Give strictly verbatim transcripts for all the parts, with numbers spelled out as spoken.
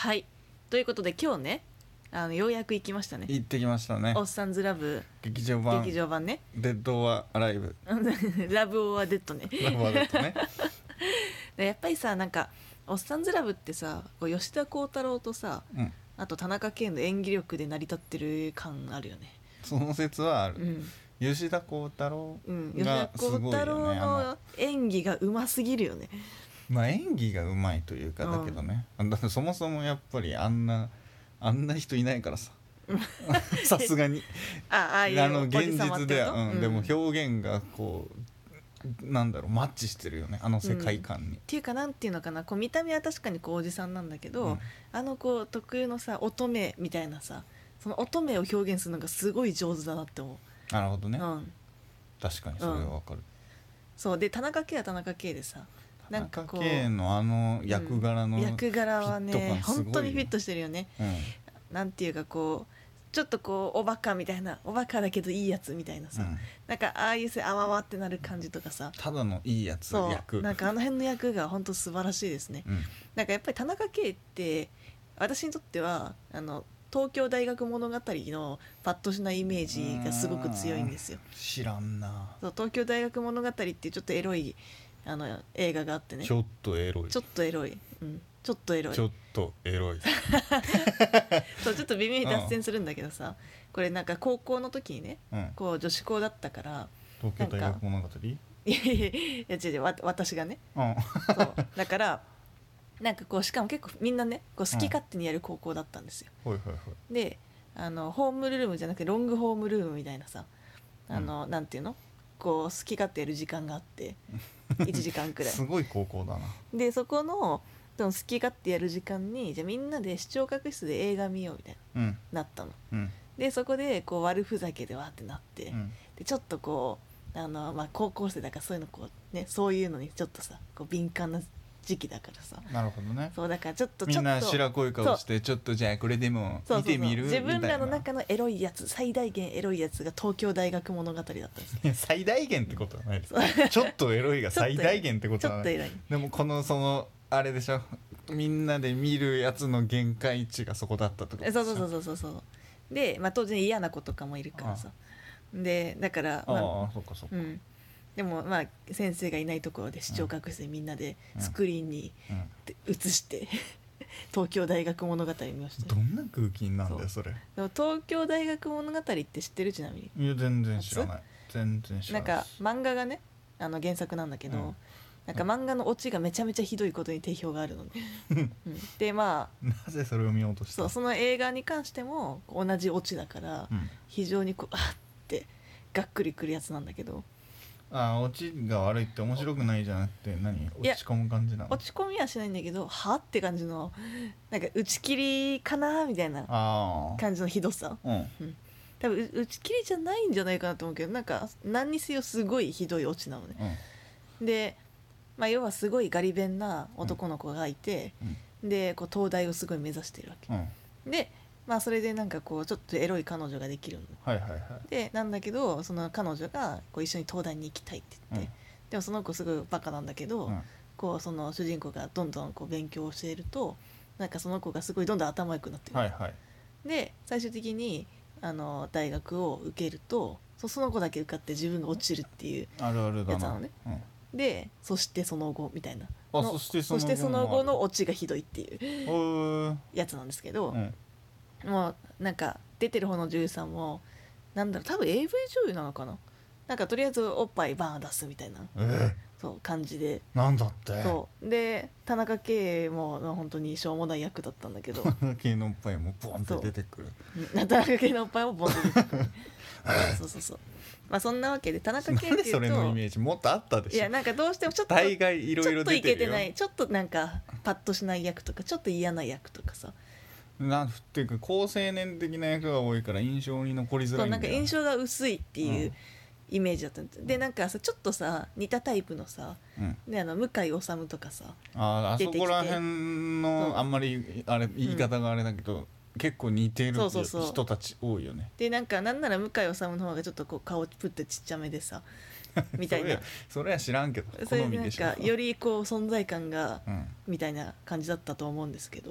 はい、ということで今日ね、あのようやく行きましたね。 行ってきましたね。 おっさんずラブ劇場版劇場版ね。 デッド・オア・アライブラブオアデッドね。 ラブ・オア・デッドねでやっぱりさ、なんかおっさんずラブってさ、こう吉田鋼太郎とさ、 うん、 あと田中圭の演技力で成り立ってる感あるよね。 その説はある、 うん、 吉田鋼太郎うん、吉田がす鋼ごいよね。 太郎あのの演技がうますぎるよね。 まあ演技がうまいというかだけどね、だってそもそもやっぱりあんなあんな人いないからささすがにあああいうあのおじ現さまってこと、 実では、うんうん、 でも表現がこうなんだろうマッチしてるよね、あの世界観に、 うん、っていうかなんていうのかな、こう見た目は確かにこうおじさんなんだけど、うん、あのこう特有のさ乙女みたいなさ、その乙女を表現するのがすごい上手だなって思う。 なるほどね、 うん、 確かにそれはわかる、うん、 そうで田中圭は田中圭でさ、 なんかこう田中圭のあの役柄の、 うん、役柄はね本当にフィットしてるよね、 うん、 なんていうかこうちょっとこうおバカみたいな、おバカだけどいいやつみたいなさ、うん、なんかああいうせあわわってなる感じとかさ、 ただのいいやつ役、 なんかあの辺の役が本当素晴らしいですね、うん、なんかやっぱり田中圭って私にとってはあの東京大学物語のパッとしないイメージがすごく強いんですよ。 知らんな。 そう東京大学物語っていうちょっとエロいあの映画があってね、 ちょっとエロいちょっとエロい、うん、ちょっとエロいちょっとエロいそうちょっと微妙に脱線するんだけどさ、これなんか高校の時にね、うん、こう女子校だったから東京大学物語いやいやいや違う違うわ私がね、うん、そうだからなんかこうしかも結構みんなねこう好き勝手にやる高校だったんですよ、 うん、はいはいはい、 であのホームルームじゃなくてロングホームルームみたいなさ、あの、うん、なんていうのこう好き勝手やる時間があっていちじかんくらいすごい高校だな。 でそこの好き勝手やる時間にじゃあみんなで視聴覚室で映画見ようみたいな、うん、なったの、うん、でそこでこう悪ふざけでわーってなって、うん、でちょっとこうあの、まあ、高校生だからそういうのこう、ね、そういうのにちょっとさこう敏感な時期だからさ、 なるほどね、 そうだからちょっとみんな白濃い顔してちょっとじゃあこれでも見てみるみたいな、 自分らの中のエロいやつ、最大限エロいやつが東京大学物語だったんですいや最大限ってことはないですちょっとエロいが最大限ってことはない。でもこのそのあれでしょ、みんなで見るやつの限界値がそこだったってことでしょ。 そうそうそうそうそうで、まあ、当然嫌な子とかもいるからさ、でだから、まあ、 ああそっかそっか、うん、 でもまあ先生がいないところで視聴覚室でみんなでスクリーンに映して、うんうん、東京大学物語見ました。 どんな空気なんだよそれ。 でも東京大学物語って知ってる？ちなみに。 いや全然知らない、全然知らない。 なんか漫画がねあの原作なんだけど、うん、なんか漫画のオチがめちゃめちゃひどいことに定評があるのね、うん、でまあなぜそれを見ようとした？ そうその映画に関しても同じオチだから、うん、非常にこうあってがっくりくるやつなんだけど、 ああオチが悪いって面白くないじゃなくて何落ち込む感じなの？ 落ち込みはしないんだけどはって感じのなんか打ち切りかなみたいな感じのひどさ、うんうん、多分打ち切りじゃないんじゃないかなと思うけど、なんか何にせよすごいひどいオチなのね、うん、で、まあ、要はすごいガリ勉な男の子がいて、うん、でこう東大をすごい目指してるわけ、うん、でまあそれでなんかこうちょっとエロい彼女ができるの、 はいはいはい、 でなんだけどその彼女がこう一緒に東大に行きたいって言って、うん、でもその子すごいバカなんだけど、うん、こうその主人公がどんどんこう勉強を教えるとなんかその子がすごいどんどん頭良くなってくる、はいはい、で最終的にあの大学を受けると そ, その子だけ受かって自分が落ちるっていうやつなのね、うん、でそしてその後みたいなあそしてその後そしてその後のオチがひどいっていうやつなんですけど、うんもうなんか出てる方の女優さんもなんだろう多分 エーブイ 女優なのかな、なんかとりあえずおっぱいバーン出すみたいな、えー、そう感じでなんだってそうで田中圭も本当にしょうもない役だったんだけど田中圭のおっぱいもボンって出てくる、 田中圭のおっぱいもボンって出てくるそうそうそうまあそんなわけで田中圭っていうとそれのイメージもっとあったでしょ。 いやなんかどうしてもちょっと大概いろいろ出てるよ、ちょっといけてないちょっとなんかパッとしない役とかちょっと嫌な役とかさなんていうか高青年的な役が多いから印象に残りづらいんだよ。 そうなんか印象が薄いっていうイメージだったんです、うん、でなんかさちょっとさ似たタイプのさ、うん、であの向井理とかさああそこら辺のあんまりあれ言い方があれだけど、うん、結構似てる人たち多いよね。 でなんかなんなら向井理の方がちょっとこう顔プッてちっちゃめでさみたいなそれは知らんけどそれなんかよりこう存在感が、うん、みたいな感じだったと思うんですけど、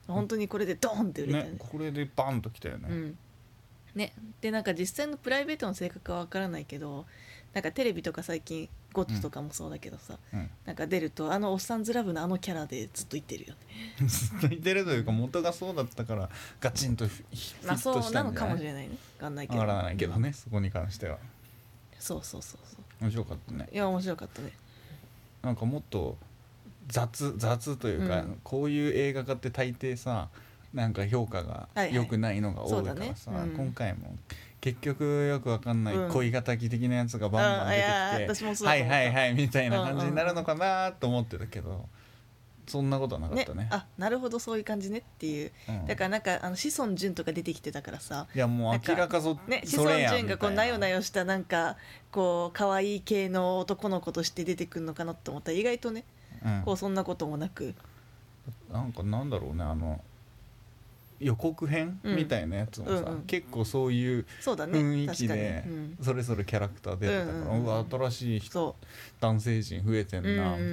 本当にこれでドーンって売れたよね、 ね、これでバンときたよね、 うんね、でなんか実際のプライベートの性格は分からないけどなんかテレビとか最近ゴッツとかもそうだけどさ、うん、なんか出るとあのおっさんずラブのあのキャラでずっと言ってるよねずっと言ってるというか元がそうだったからガチンとフィットしたんじゃない、まあそうなのかもしれないね分かんないけど分からないけどね、そこに関してはそうそうそうそう面白かったね。 いや面白かったね。 なんかもっと雑雑というか、うん、こういう映画化って大抵さなんか評価が良くないのが多いからさ、はいはいねうん、今回も結局よくわかんない恋敵的なやつがバンバン出てきて、うん、はいはいはいみたいな感じになるのかなと思ってたけど、うんうん、そんなことはなかったね。 ねあなるほどそういう感じねっていう、うん、だからなんかあの志尊淳とか出てきてたからさいやもう明らかそね志尊淳がこうなよなよしたなんかこう可愛い系の男の子として出てくるのかなと思ったら意外とね、うん、こうそんなこともなくなんかなんだろうねあの予告編、うん、みたいなやつもさ、うんうん、結構そういう雰囲気でそれぞれキャラクター出てたから、うんうん、うわ新しい人男性陣増えてんなみたいな、うんうん、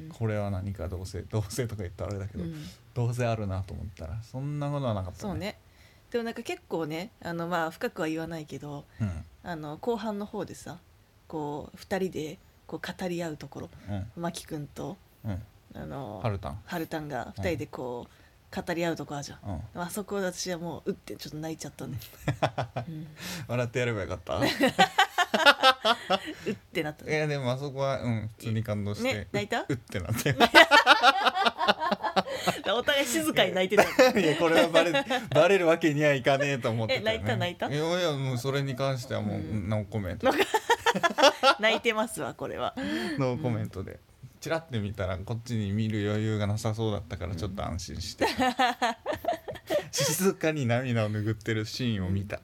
これは何か同性同性とか言ったらあれだけど、うん、同性あるなと思ったらそんなことはなかったね。 そうねでもなんか結構ねあのまあ深くは言わないけど、うん、あの後半の方でさこうふたりでこう語り合うところ、うん、マキ君と、うん、あのハルタンハルタンがふたりでこう、うん語り合うとこあるじゃん、うん、あそこで私はもううってちょっと泣いちゃったね、 うん、笑ってやればよかったうってなった、ね、 いやでもあそこはうん普通に感動して、 ね、泣いたうってなってお互い静かに泣いてたいやこれはバレバレるわけにはいかねえと思ってた、ね、 え泣いた泣いたいやいやもうそれに関してはもうノーコメント泣いてますわこれはノーコメントで、うんチラッて見たらこっちに見る余裕がなさそうだったからちょっと安心して、うん、静かに涙を拭ってるシーンを見た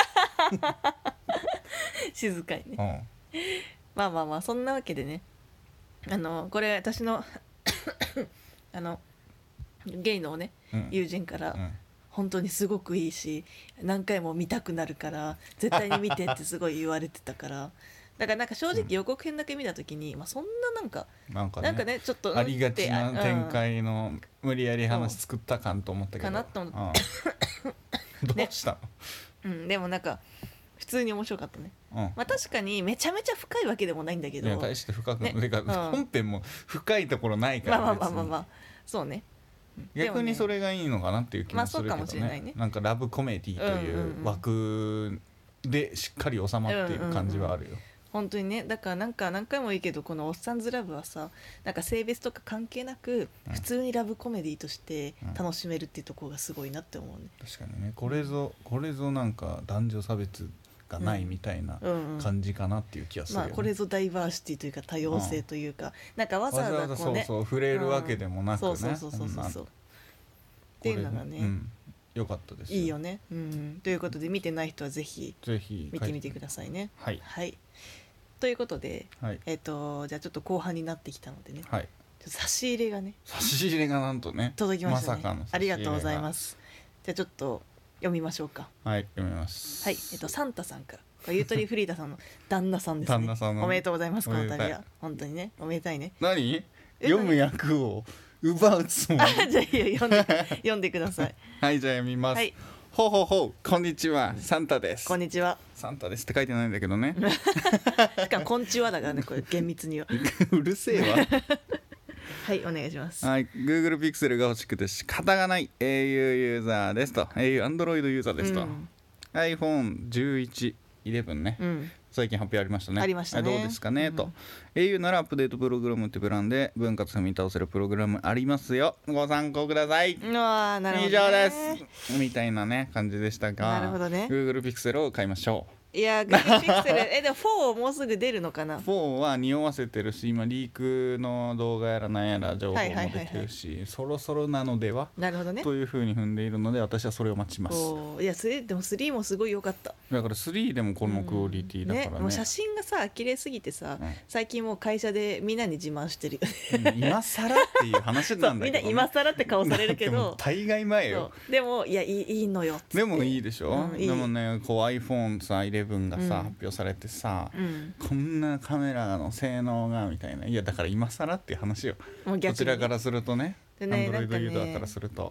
静かにね、うん、まあまあまあそんなわけでねあのこれ私のあのゲイのね、うん、友人から、うん、本当にすごくいいし何回も見たくなるから絶対に見てってすごい言われてたからだからなんか正直予告編だけ見たときに、うんまあ、そんななんかなんか ね, なんかねちょっとありがちな展開の無理やり話作った感と思ったけどかなと思ってどうしたの、ねうん、でもなんか普通に面白かったね、うんまあ、確かにめちゃめちゃ深いわけでもないんだけどいや大して深くない、ね、本編も深いところないからまあまあまあまあまあそうね逆にそれがいいのかなっていう気もするけどね、まあ、そうかもしれないねなんかラブコメディという枠でしっかり収まっている感じはあるよ、うんうんうん本当にねだからなんか何回もいいけどこのおっさんずラブはさなんか性別とか関係なく普通にラブコメディとして楽しめるっていうところがすごいなって思うね、 うん、確かにねこれぞこれぞなんか男女差別がないみたいな感じかなっていう気がするよね、 うんうんまあ、これぞダイバーシティというか多様性というか、うん、なんかわざわざこうねそうそう触れるわけでもなくね、うん、 そうそうそうそうそうっていうのがね、 うんよかったですよいいよね、うん、ということで見てない人はぜひ見てみてくださいねはい、 はいということで、はいえー、とじゃあちょっと後半になってきたのでね、はい、ちょっと差し入れがね差し入れがなんとね届きましたね、 まさかのありがとうございます。じゃあちょっと読みましょうか。 はい読みます。 はい、えっとサンタさんからゆとりフリーダさんの旦那さんですね旦那さんのおめでとうございます。この度は本当にねおめでたいね。 何読む役を奪うつもりじゃあいいよ読んで読んでくださいはいじゃあ読みます、はいほうほうほうこんにちはサンタです。 こんにちはサンタですって書いてないんだけどねしかもこんちはだからねこれ厳密にはうるせえわはいお願いします。 はい Google Pixel が欲しくて仕方がない エーユー ユーザーですと エーユー Android ユーザーですと、うん、アイフォンじゅういち、じゅういちね、うん最近発表ありましたね。 ありましたね。 どうですかね、うん、と エーユー ならアップデートプログラムってプランで分割踏み倒せるプログラムありますよご参考ください。 あなるほど、ね、 以上ですみたいなね感じでしたがなるほど、ね、 Google Pixel を買いましょう。 いや Google Pixel えでもフォーもうすぐ出るのかな。 フォーは匂わせてるし今リークの動画やらなんやら情報も出てるし、はいはいはいはい、そろそろなのではなるほど、ね、 というふうに踏んでいるので私はそれを待ちます。 いやでもスリーもすごい良かった。 だからスリーでもこのクオリティだからね、うんね、 もう写真がさ綺麗すぎてさ、うん、最近もう会社でみんなに自慢してる今更っていう話なんだけど、ね、 みんな今更って顔されるけど大概前よ。 でもいやいい、いいのよっつって。 でもいいでしょ、うん、いいでもねこう iPhone さじゅういちがさ、うん、発表されてさ、うん、こんなカメラの性能がみたいないやだから今更っていう話よ。こちらからするとね Android ユーザーからすると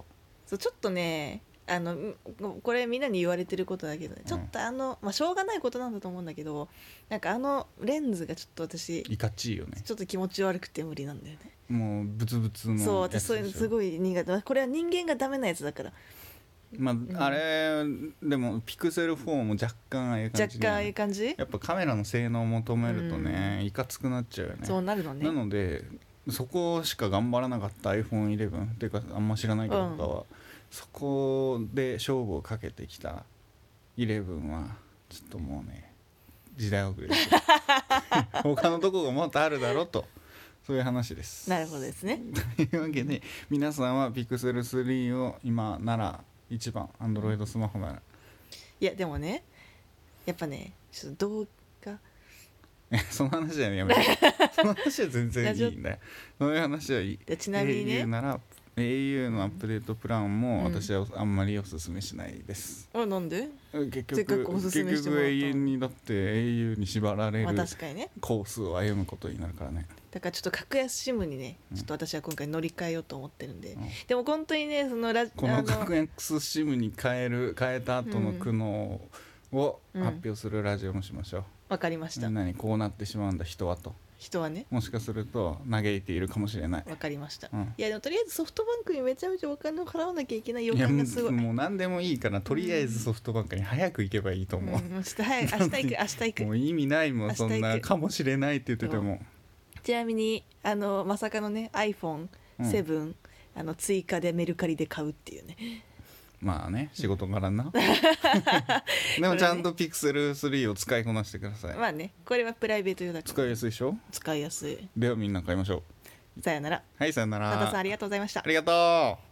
そうちょっとねあのこれみんなに言われてることだけど、ね、ちょっとあの、まあ、しょうがないことなんだと思うんだけど、なんかあのレンズがちょっと私いかちいよね。 ちょっと気持ち悪くて無理なんだよね。 もうブツブツのやつでしょ。 そう私そういうのすごい苦手。これは人間がダメなやつだから。 まあ、うん、あれでもピクセルフォーも若干ああいう感じ、 ね、若干ああいう感じ。 やっぱカメラの性能を求めるとね、うん、いかつくなっちゃうよね。 そうなるのね。 なのでそこしか頑張らなかった アイフォンイレブン っていうかあんま知らないけど他は、うん、そこで勝負をかけてきたイレブンはちょっともうね時代遅れです他のとこがもっとあるだろうと、そういう話です。 なるほどですね。 というわけで皆さんは ピクセルスリーを今なら一番 Android スマホなら、 いやでもねやっぱねちょっと動画その話はやめてその話は全然いいんだよ。そういう話はいい。 ちなみにねエーユー なら エーユー のアップデートプランも私はあんまりおすすめしないです、 うん、あなんで結局結局永遠にだって エーユー に縛られるコースを歩むことになるからね。 だからちょっと格安シムにねちょっと私は今回乗り換えようと思ってるんで、うん、でも本当にねそのラこの格安シムに変える変えた後の苦悩を発表するラジオもしましょう。 わかりました。 何こうなってしまうんだ人はと。 人はねもしかすると嘆いているかもしれない。 わかりました、うん、いやでもとりあえずソフトバンクにめちゃめちゃお金を払わなきゃいけない予感がすごい。 いやもう何でもいいからとりあえずソフトバンクに早く行けばいいと思う、うん、 もうちょっと早く明日行く明日行くもう意味ないもんそんなかもしれないって言ってても。 ちなみにあのまさかのね アイフォンセブン、うん、あの追加でメルカリで買うっていうね。 まあね仕事柄なでもちゃんとピクセルスリーを使いこなしてください。 まあねこれはプライベート用だから使いやすいでしょ。 使いやすい。 ではみんな買いましょう。さよなら。 はいさよなら。 佐田さんありがとうございました。 ありがとう。